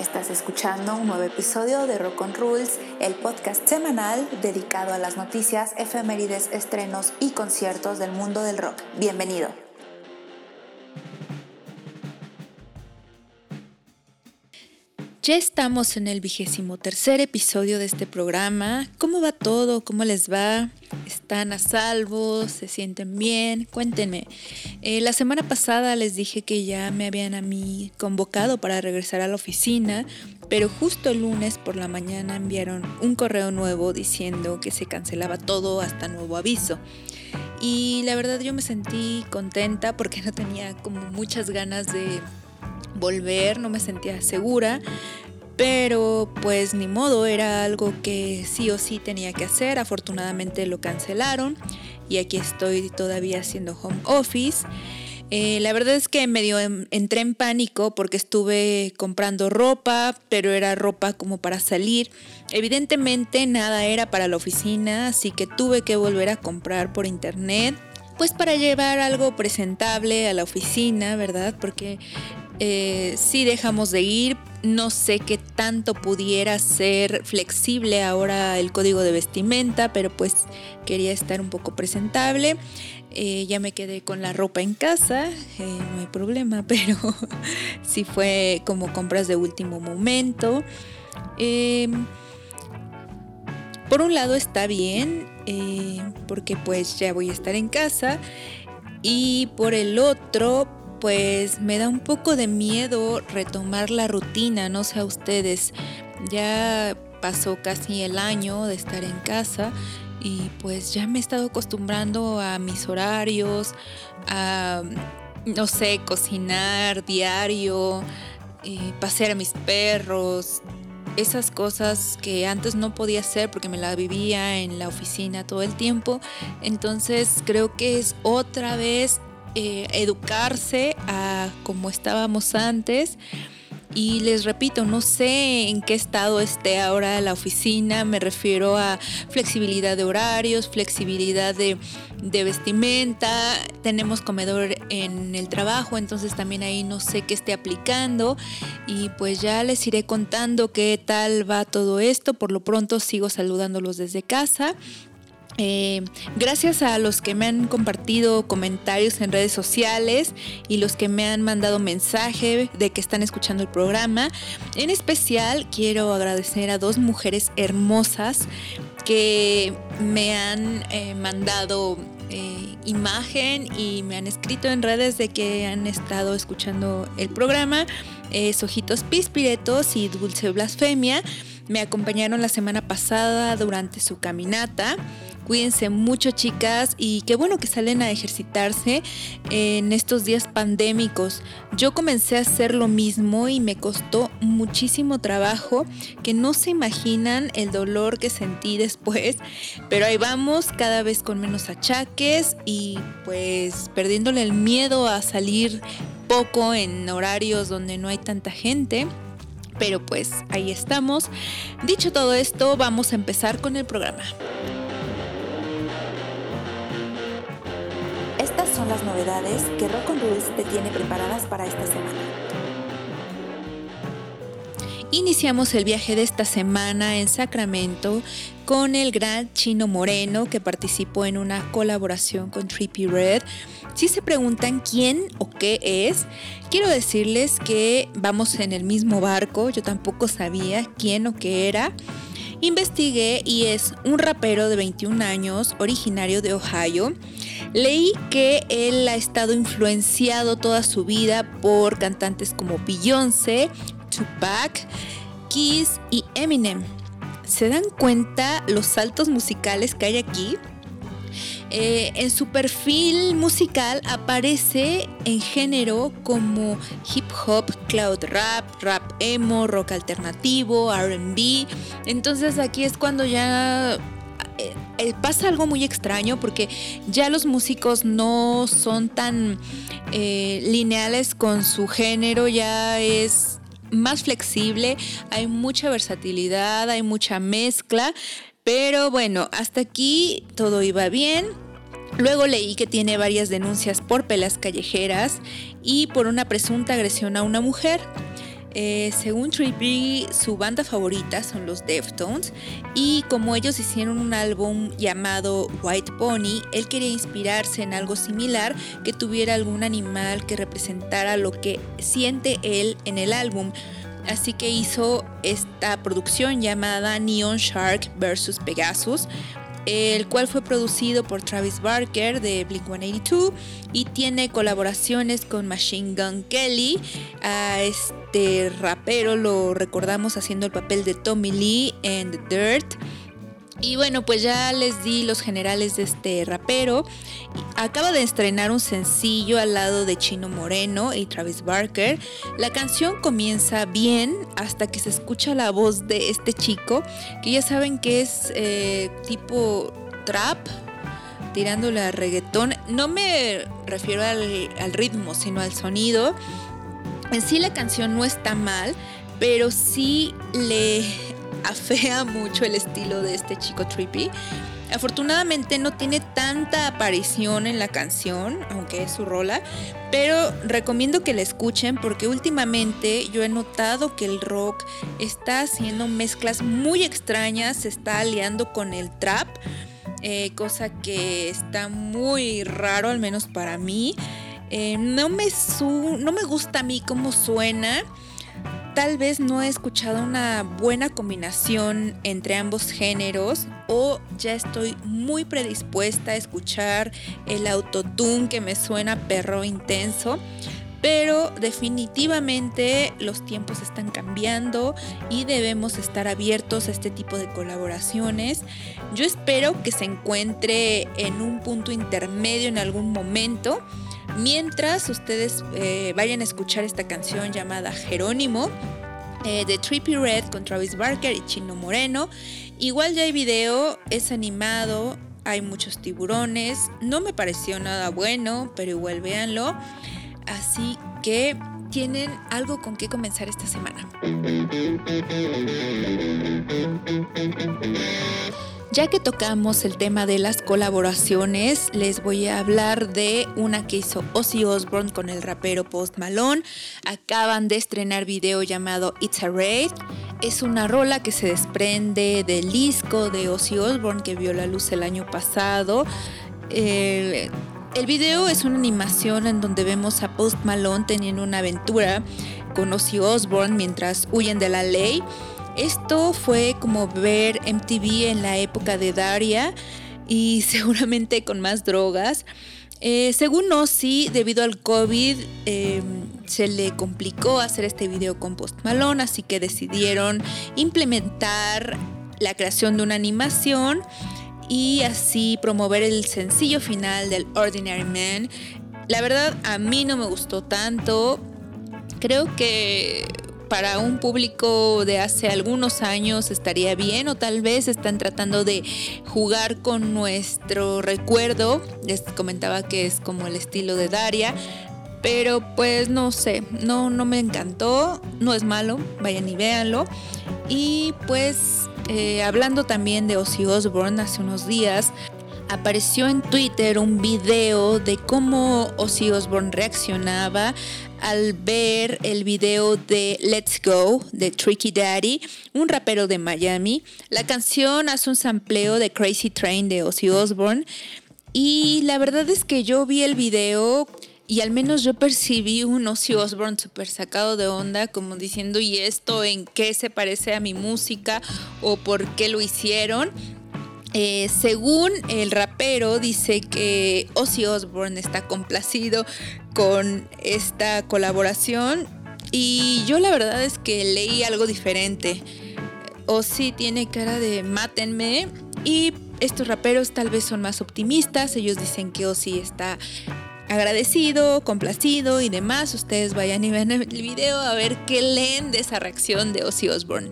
Estás escuchando un nuevo episodio de Rock on Rules, el podcast semanal dedicado a las noticias, efemérides, estrenos y conciertos del mundo del rock. Bienvenido. Ya estamos en el 23º episodio de este programa. ¿Cómo va todo? ¿Cómo les va? ¿Están a salvo? ¿Se sienten bien? Cuéntenme. La semana pasada les dije que ya me habían a mí convocado para regresar a la oficina, pero justo el lunes por la mañana enviaron un correo nuevo diciendo que se cancelaba todo hasta nuevo aviso. Y la verdad yo me sentí contenta porque no tenía como muchas ganas de volver, no me sentía segura, pero pues ni modo, era algo que sí o sí tenía que hacer. Afortunadamente lo cancelaron y aquí estoy todavía haciendo home office. La verdad es que medio entré en pánico porque estuve comprando ropa, pero era ropa como para salir. Evidentemente nada era para la oficina, así que tuve que volver a comprar por internet, pues para llevar algo presentable a la oficina, ¿verdad? Porque sí dejamos de ir. No sé qué tanto pudiera ser flexible ahora el código de vestimenta, pero pues quería estar un poco presentable. Ya me quedé con la ropa en casa, no hay problema, pero sí fue como compras de último momento. Por un lado está bien, porque pues ya voy a estar en casa, y por el otro pues me da un poco de miedo retomar la rutina, no sé a ustedes, ya pasó casi el año de estar en casa y pues ya me he estado acostumbrando a mis horarios, a, no sé, cocinar diario, pasear a mis perros, esas cosas que antes no podía hacer porque me la vivía en la oficina todo el tiempo. Entonces creo que es otra vez educarse a como estábamos antes. Y les repito, no sé en qué estado esté ahora la oficina. Me refiero a flexibilidad de horarios, flexibilidad de vestimenta. Tenemos comedor en el trabajo, entonces también ahí no sé qué esté aplicando. Y pues ya les iré contando qué tal va todo esto. Por lo pronto sigo saludándolos desde casa. Gracias a los que me han compartido comentarios en redes sociales y los que me han mandado mensaje de que están escuchando el programa. En especial quiero agradecer a 2 mujeres hermosas que me han mandado imagen y me han escrito en redes de que han estado escuchando el programa. Ojitos Pispiretos y Dulce Blasfemia me acompañaron la semana pasada durante su caminata. Cuídense mucho, chicas, y qué bueno que salen a ejercitarse en estos días pandémicos. Yo comencé a hacer lo mismo y me costó muchísimo trabajo, que no se imaginan el dolor que sentí después, pero ahí vamos, cada vez con menos achaques y pues perdiéndole el miedo a salir poco en horarios donde no hay tanta gente. Pero pues ahí estamos. Dicho todo esto, vamos a empezar con el programa. Estas son las novedades que Rock on Rules te tiene preparadas para esta semana. Iniciamos el viaje de esta semana en Sacramento con el gran Chino Moreno, que participó en una colaboración con Trippie Redd. Si se preguntan quién o qué es, quiero decirles que vamos en el mismo barco. Yo tampoco sabía quién o qué era. Investigué y es un rapero de 21 años, originario de Ohio. Leí que él ha estado influenciado toda su vida por cantantes como Beyoncé, Tupac, Kiss y Eminem. ¿Se dan cuenta los saltos musicales que hay aquí? En su perfil musical aparece en género como hip hop, cloud rap, rap emo, rock alternativo, R&B. Entonces aquí es cuando ya pasa algo muy extraño, porque ya los músicos no son tan lineales con su género, ya es más flexible, hay mucha versatilidad, hay mucha mezcla. Pero bueno, hasta aquí todo iba bien. Luego leí que tiene varias denuncias por peleas callejeras y por una presunta agresión a una mujer. Según Trippie, su banda favorita son los Deftones, y como ellos hicieron un álbum llamado White Pony, él quería inspirarse en algo similar que tuviera algún animal que representara lo que siente él en el álbum. Así que hizo esta producción llamada Neon Shark vs. Pegasus, el cual fue producido por Travis Barker de Blink-182 y tiene colaboraciones con Machine Gun Kelly. A este rapero lo recordamos haciendo el papel de Tommy Lee en The Dirt. Y bueno, pues ya les di los generales de este rapero. Acaba de estrenar un sencillo al lado de Chino Moreno y Travis Barker. La canción comienza bien hasta que se escucha la voz de este chico, que ya saben que es tipo trap, tirándole a reggaetón. No me refiero al ritmo, sino al sonido. En sí la canción no está mal, pero sí le afea mucho el estilo de este chico Trippie. Afortunadamente no tiene tanta aparición en la canción, aunque es su rola, pero recomiendo que la escuchen porque últimamente yo he notado que el rock está haciendo mezclas muy extrañas, se está aliando con el trap, cosa que está muy raro, al menos para mí. No me gusta a mí cómo suena. Tal vez no he escuchado una buena combinación entre ambos géneros, o ya estoy muy predispuesta a escuchar el autotune que me suena perro intenso. Pero definitivamente los tiempos están cambiando y debemos estar abiertos a este tipo de colaboraciones. Yo espero que se encuentre en un punto intermedio en algún momento. Mientras ustedes vayan a escuchar esta canción llamada Jerónimo de Trippie Redd con Travis Barker y Chino Moreno. Igual ya hay video, es animado, hay muchos tiburones. No me pareció nada bueno, pero igual véanlo. Así que tienen algo con qué comenzar esta semana. Ya que tocamos el tema de las colaboraciones, les voy a hablar de una que hizo Ozzy Osbourne con el rapero Post Malone. Acaban de estrenar video llamado It's a Raid. Es una rola que se desprende del disco de Ozzy Osbourne que vio la luz el año pasado. El video es una animación en donde vemos a Post Malone teniendo una aventura con Ozzy Osbourne mientras huyen de la ley. Esto fue como ver MTV en la época de Daria y seguramente con más drogas. Según Ozzy, debido al COVID, se le complicó hacer este video con Post Malone, así que decidieron implementar la creación de una animación y así promover el sencillo final del Ordinary Man. La verdad, a mí no me gustó tanto. Creo que para un público de hace algunos años estaría bien, o tal vez están tratando de jugar con nuestro recuerdo. Les comentaba que es como el estilo de Daria, pero pues no sé, no me encantó. No es malo, vayan y véanlo. Y pues hablando también de Ozzy Osbourne, hace unos días apareció en Twitter un video de cómo Ozzy Osbourne reaccionaba al ver el video de Let's Go de Tricky Daddy, un rapero de Miami. La canción hace un sampleo de Crazy Train de Ozzy Osbourne y la verdad es que yo vi el video y al menos yo percibí un Ozzy Osbourne súper sacado de onda, como diciendo, ¿y esto en qué se parece a mi música o por qué lo hicieron? Según el rapero, dice que Ozzy Osbourne está complacido con esta colaboración y yo la verdad es que leí algo diferente. Ozzy tiene cara de mátenme y estos raperos tal vez son más optimistas. Ellos dicen que Ozzy está agradecido, complacido y demás. Ustedes vayan y vean el video a ver qué leen de esa reacción de Ozzy Osbourne.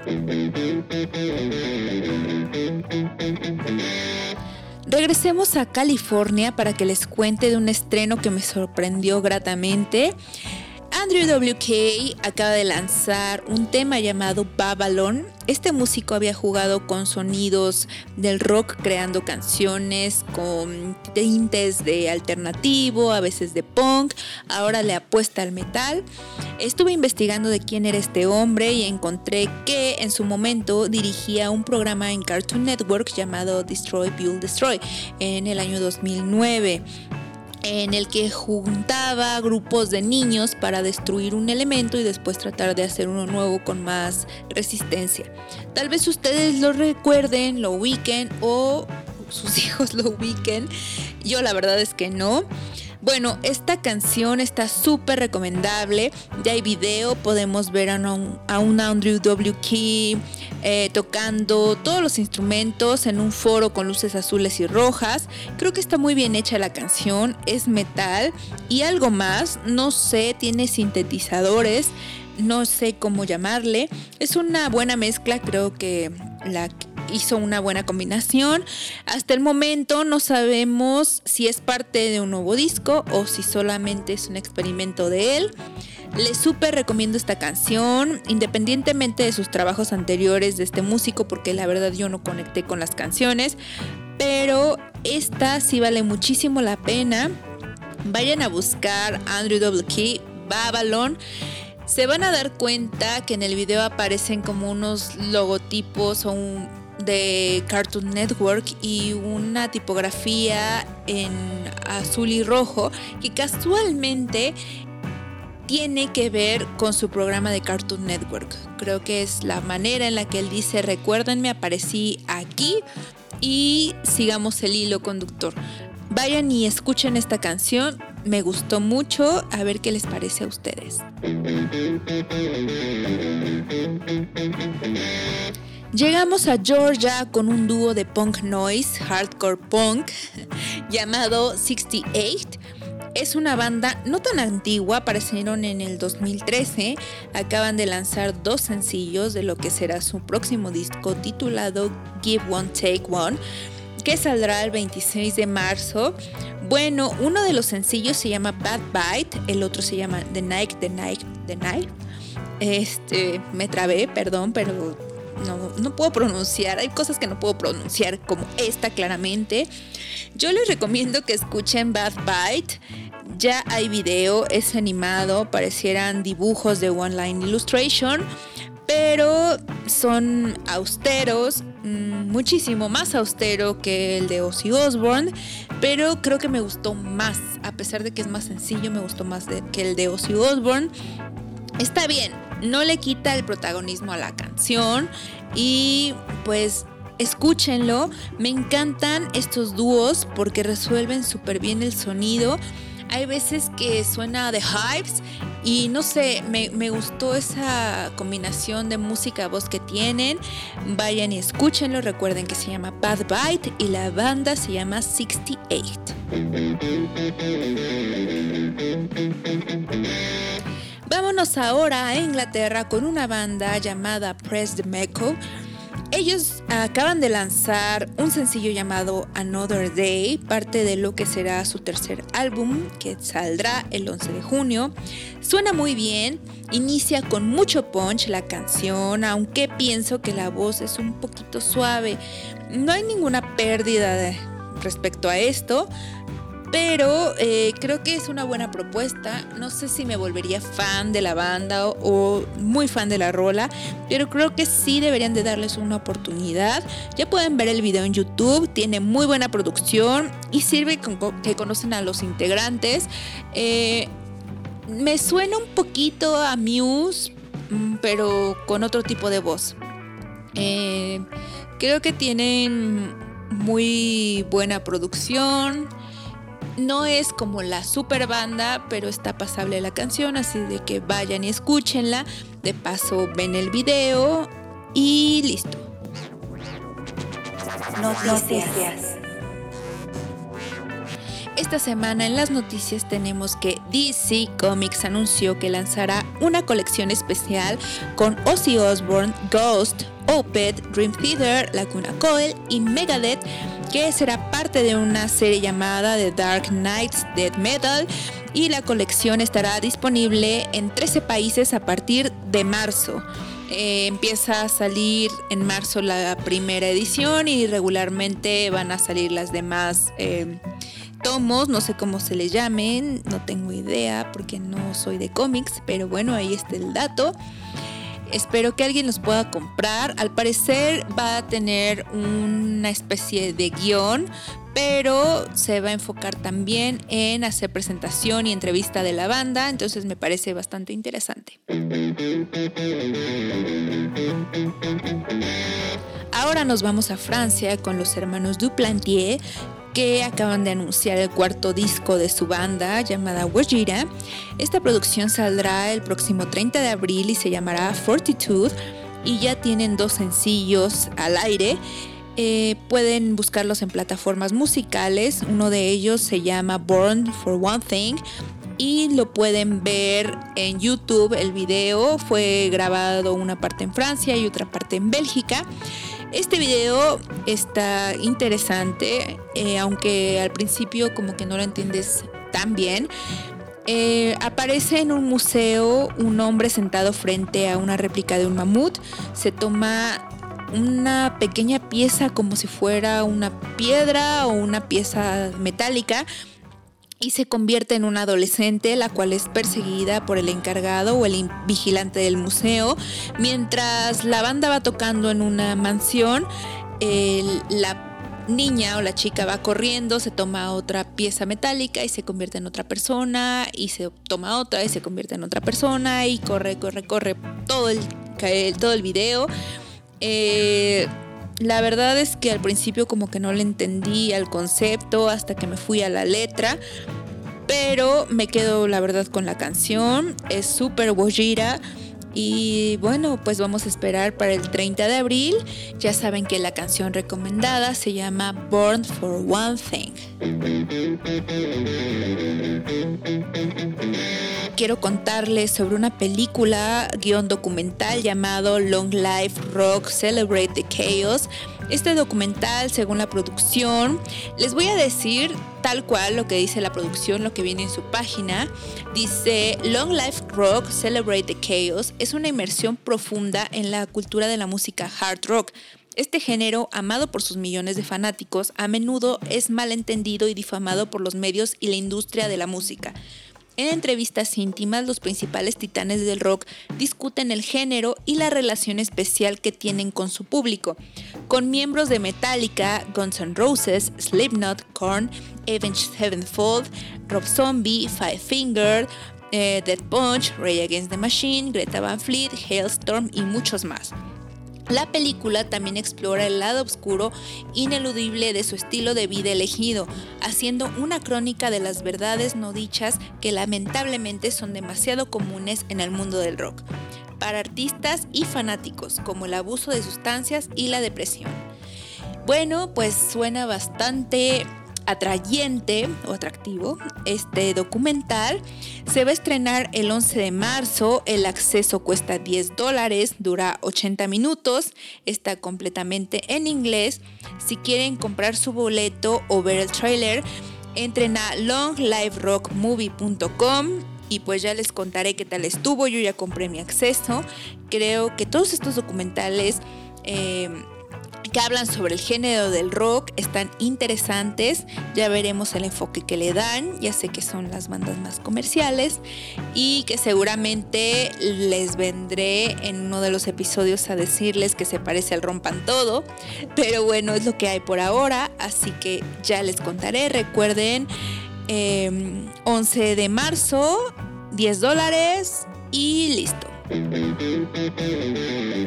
Regresemos a California para que les cuente de un estreno que me sorprendió gratamente. Andrew WK acaba de lanzar un tema llamado Babylon. Este músico había jugado con sonidos del rock, creando canciones con tintes de alternativo, a veces de punk. Ahora le apuesta al metal. Estuve investigando de quién era este hombre y encontré que en su momento dirigía un programa en Cartoon Network llamado Destroy, Build, Destroy en el año 2009. En el que juntaba grupos de niños para destruir un elemento y después tratar de hacer uno nuevo con más resistencia. Tal vez ustedes lo recuerden, lo ubiquen o sus hijos lo ubiquen. Yo la verdad es que no. Bueno, esta canción está súper recomendable. Ya hay video, podemos ver a un Andrew WK tocando todos los instrumentos en un foro con luces azules y rojas. Creo que está muy bien hecha la canción, es metal y algo más, no sé, tiene sintetizadores, no sé cómo llamarle. Es una buena mezcla, creo que hizo una buena combinación. Hasta el momento no sabemos si es parte de un nuevo disco o si solamente es un experimento de él. Les súper recomiendo esta canción, independientemente de sus trabajos anteriores de este músico, porque la verdad yo no conecté con las canciones, pero esta sí vale muchísimo la pena. Vayan a buscar Andrew WK, Babylon. Se van a dar cuenta que en el video aparecen como unos logotipos de Cartoon Network y una tipografía en azul y rojo que casualmente tiene que ver con su programa de Cartoon Network. Creo que es la manera en la que él dice: recuérdenme, aparecí aquí y sigamos el hilo conductor. Vayan y escuchen esta canción, me gustó mucho, a ver qué les parece a ustedes. Llegamos a Georgia con un dúo de punk noise, hardcore punk, llamado 68. Es una banda no tan antigua, aparecieron en el 2013, acaban de lanzar 2 sencillos de lo que será su próximo disco titulado Give One Take One, que saldrá el 26 de marzo. Bueno, uno de los sencillos se llama Bad Bite, el otro se llama The Night. Me trabé, perdón, pero no puedo pronunciar, hay cosas que no puedo pronunciar como esta claramente. Yo les recomiendo que escuchen Bad Bite. Ya hay video, es animado, parecieran dibujos de One Line Illustration, pero son austeros, muchísimo más austero que el de Ozzy Osbourne, pero creo que me gustó más, a pesar de que es más sencillo, me gustó más que el de Ozzy Osbourne. Está bien, no le quita el protagonismo a la canción y pues escúchenlo. Me encantan estos dúos porque resuelven súper bien el sonido. Hay veces que suena The Hives y no sé, me gustó esa combinación de música voz que tienen. Vayan y escúchenlo, recuerden que se llama Bad Bite y la banda se llama 68. Vámonos ahora a Inglaterra con una banda llamada Press the Meko. Ellos acaban de lanzar un sencillo llamado Another Day, parte de lo que será su tercer álbum, que saldrá el 11 de junio. Suena muy bien, inicia con mucho punch la canción, aunque pienso que la voz es un poquito suave. No hay ninguna pérdida respecto a esto, pero creo que es una buena propuesta. No sé si me volvería fan de la banda o muy fan de la rola, pero creo que sí deberían de darles una oportunidad. Ya pueden ver el video en YouTube, tiene muy buena producción y sirve que conocen a los integrantes. Me suena un poquito a Muse, pero con otro tipo de voz. Creo que tienen muy buena producción. No es como la super banda, pero está pasable la canción, así de que vayan y escúchenla. De paso ven el video y listo. Noticias. esta semana en las noticias tenemos que DC Comics anunció que lanzará una colección especial con Ozzy Osbourne, Ghost, Opeth, Dream Theater, Lacuna Coil y Megadeth, que será parte de una serie llamada The Dark Knights Death Metal, y la colección estará disponible en 13 países a partir de marzo. Empieza a salir en marzo la primera edición y regularmente van a salir las demás tomos, no sé cómo se les llamen, no tengo idea porque no soy de cómics, pero bueno, ahí está el dato. Espero que alguien los pueda comprar. Al parecer va a tener una especie de guión, pero se va a enfocar también en hacer presentación y entrevista de la banda, entonces me parece bastante interesante. Ahora nos vamos a Francia con los hermanos Duplantier, que acaban de anunciar el cuarto disco de su banda llamada Gojira. Esta producción saldrá el próximo 30 de abril y se llamará Fortitude, y ya tienen 2 sencillos al aire. Pueden buscarlos en plataformas musicales. Uno de ellos se llama Born for One Thing y lo pueden ver en YouTube. El video fue grabado una parte en Francia y otra parte en Bélgica. Este video está interesante, aunque al principio como que no lo entiendes tan bien. Aparece en un museo un hombre sentado frente a una réplica de un mamut. Se toma una pequeña pieza como si fuera una piedra o una pieza metálica y se convierte en una adolescente, la cual es perseguida por el encargado o el vigilante del museo. Mientras la banda va tocando en una mansión, la niña o la chica va corriendo, se toma otra pieza metálica y se convierte en otra persona, y se toma otra y se convierte en otra persona, y corre todo el video. La verdad es que al principio como que no le entendí al concepto hasta que me fui a la letra, pero me quedo la verdad con la canción. Es súper Gojira y bueno, pues vamos a esperar para el 30 de abril. Ya saben que la canción recomendada se llama Born for One Thing. Quiero contarles sobre una película documental llamado Long Life Rock Celebrate the Chaos. Este documental, según la producción, les voy a decir tal cual lo que dice la producción, lo que viene en su página. Dice: Long Life Rock Celebrate the Chaos es una inmersión profunda en la cultura de la música hard rock. Este género, amado por sus millones de fanáticos, a menudo es malentendido y difamado por los medios y la industria de la música. En entrevistas íntimas, los principales titanes del rock discuten el género y la relación especial que tienen con su público, con miembros de Metallica, Guns N' Roses, Slipknot, Korn, Avenged Sevenfold, Rob Zombie, Five Finger, Death Punch, Rage Against the Machine, Greta Van Fleet, Hailstorm y muchos más. La película también explora el lado oscuro ineludible de su estilo de vida elegido, haciendo una crónica de las verdades no dichas que lamentablemente son demasiado comunes en el mundo del rock, para artistas y fanáticos, como el abuso de sustancias y la depresión. Bueno, pues suena bastante atrayente o atractivo este documental. Se va a estrenar el 11 de marzo, el acceso cuesta $10, dura 80 minutos, está completamente en inglés. Si quieren comprar su boleto o ver el tráiler, entren a longliverockmovie.com y pues ya les contaré qué tal estuvo. Yo ya compré mi acceso. Creo que todos estos documentales que hablan sobre el género del rock están interesantes. Ya veremos el enfoque que le dan. Ya sé que son las bandas más comerciales y que seguramente les vendré en uno de los episodios a decirles que se parece al Rompan Todo, pero bueno, es lo que hay por ahora, así que ya les contaré. Recuerden, 11 de marzo, $10 y listo.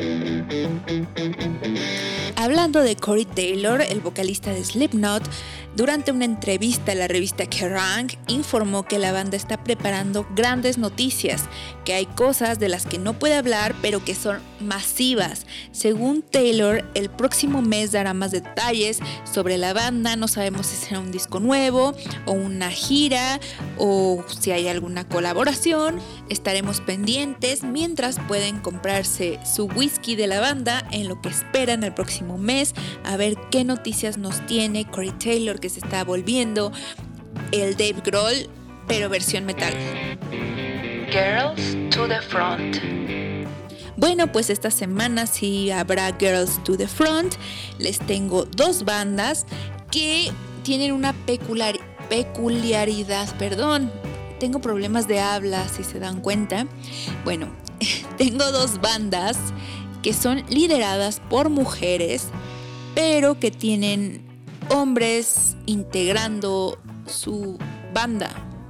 Hablando de Corey Taylor, el vocalista de Slipknot, Durante una entrevista a la revista Kerrang, informó que la banda está preparando grandes noticias, que hay cosas de las que no puede hablar pero que son masivas. Según Taylor, el próximo mes dará más detalles sobre la banda. No sabemos si será un disco nuevo o una gira o si hay alguna colaboración. Estaremos pendientes mientras pueden comprarse su whisky de la banda en lo que esperan el próximo mes a ver qué noticias nos tiene Corey Taylor, que se está volviendo el Dave Grohl, pero versión metal. Girls to the Front. Bueno, pues esta semana sí habrá Girls to the Front. Les tengo dos bandas que tienen una peculiaridad, tengo problemas de habla, si se dan cuenta. Bueno, tengo dos bandas que son lideradas por mujeres, pero que tienen hombres integrando su banda,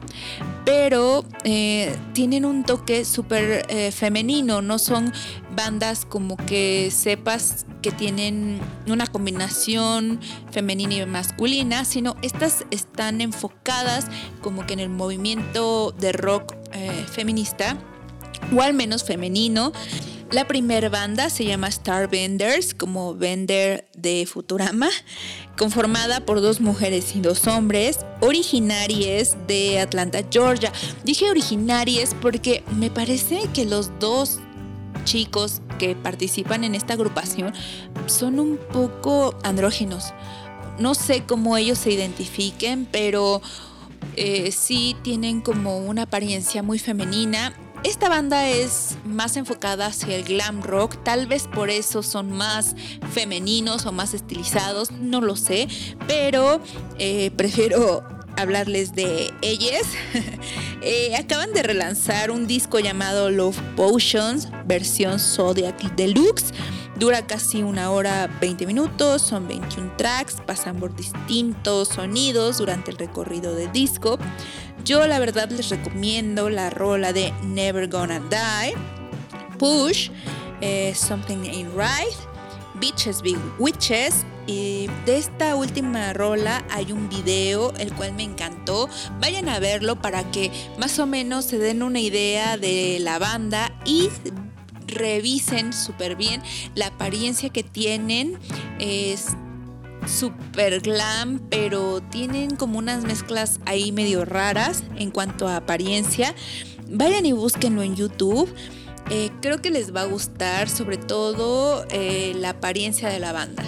pero tienen un toque súper femenino. No son bandas como que sepas que tienen una combinación femenina y masculina, sino estas están enfocadas como que en el movimiento de rock feminista, o al menos femenino. La primera banda se llama Starbenders, como Bender de Futurama, conformada por dos mujeres y dos hombres, originarias de Atlanta, Georgia. Dije originarias porque me parece que los dos chicos que participan en esta agrupación son un poco andróginos. No sé cómo ellos se identifiquen, pero sí tienen como una apariencia muy femenina. Esta banda es más enfocada hacia el glam rock, tal vez por eso son más femeninos o más estilizados, no lo sé, pero prefiero hablarles de ellas. Acaban de relanzar un disco llamado Love Potions, versión Zodiac Deluxe. Dura casi 1 hora 20 minutos, son 21 tracks, pasan por distintos sonidos durante el recorrido del disco. Yo la verdad les recomiendo la rola de Never Gonna Die, Push, Something Ain't Right, Bitches Be Witches. Y de esta última rola hay un video el cual me encantó. Vayan a verlo para que más o menos se den una idea de la banda y revisen súper bien la apariencia que tienen. Es super glam, pero tienen como unas mezclas ahí medio raras en cuanto a apariencia. Vayan y búsquenlo en YouTube. Creo que les va a gustar, sobre todo la apariencia de la banda.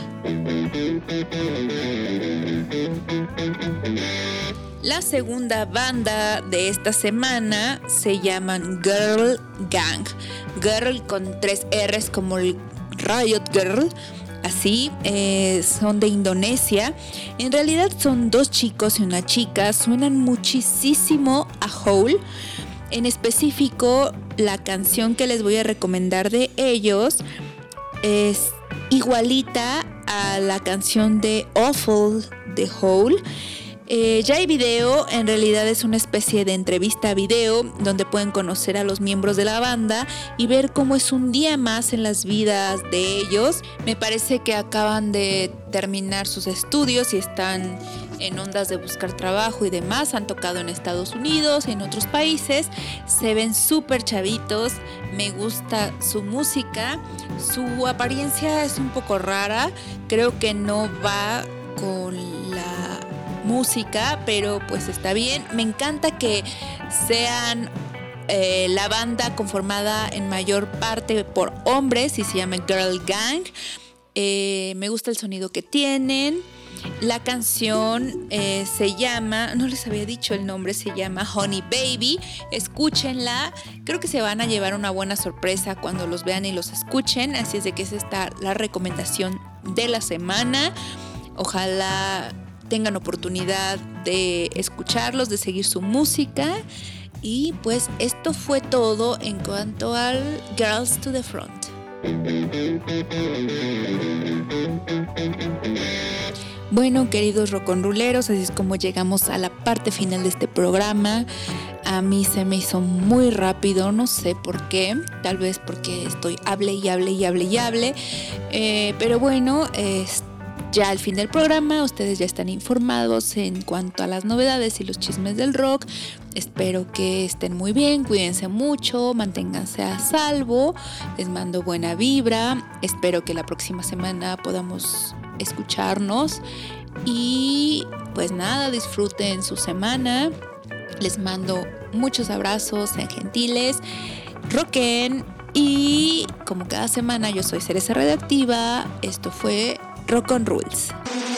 La segunda banda de esta semana se llaman Girl Gang. Girl con 3 R's como el Riot Girl. Así, son de Indonesia. En realidad son 2 chicos y una chica. Suenan muchísimo a Hole. En específico, la canción que les voy a recomendar de ellos es igualita a la canción de Awful de Hole. Ya hay video, en realidad es una especie de entrevista video donde pueden conocer a los miembros de la banda y ver cómo es un día más en las vidas de ellos. Me parece que acaban de terminar sus estudios y están en ondas de buscar trabajo y demás. Han tocado en Estados Unidos y en otros países. Se ven súper chavitos, me gusta su música. Su apariencia es un poco rara, creo que no va con la música, pero pues está bien. Me encanta que sean la banda conformada en mayor parte por hombres y se llama Girl Gang. Me gusta el sonido que tienen. La canción se llama, no les había dicho el nombre, se llama Honey Baby. Escúchenla, creo que se van a llevar una buena sorpresa cuando los vean y los escuchen. Así es de que esa está la recomendación de la semana. Ojalá tengan oportunidad de escucharlos, de seguir su música. Y pues esto fue todo en cuanto al Girls to the Front. Bueno, queridos rock'n'rolleros, así es como llegamos a la parte final de este programa. A mí se me hizo muy rápido, no sé por qué, tal vez porque estoy hable. Pero bueno, Ya al fin del programa ustedes ya están informados en cuanto a las novedades y los chismes del rock. Espero que estén muy bien, cuídense mucho, manténganse a salvo, les mando buena vibra, espero que la próxima semana podamos escucharnos y pues nada, disfruten su semana, les mando muchos abrazos, sean gentiles, rocken y como cada semana yo soy Cereza Radioactiva, esto fue Rock on Rules.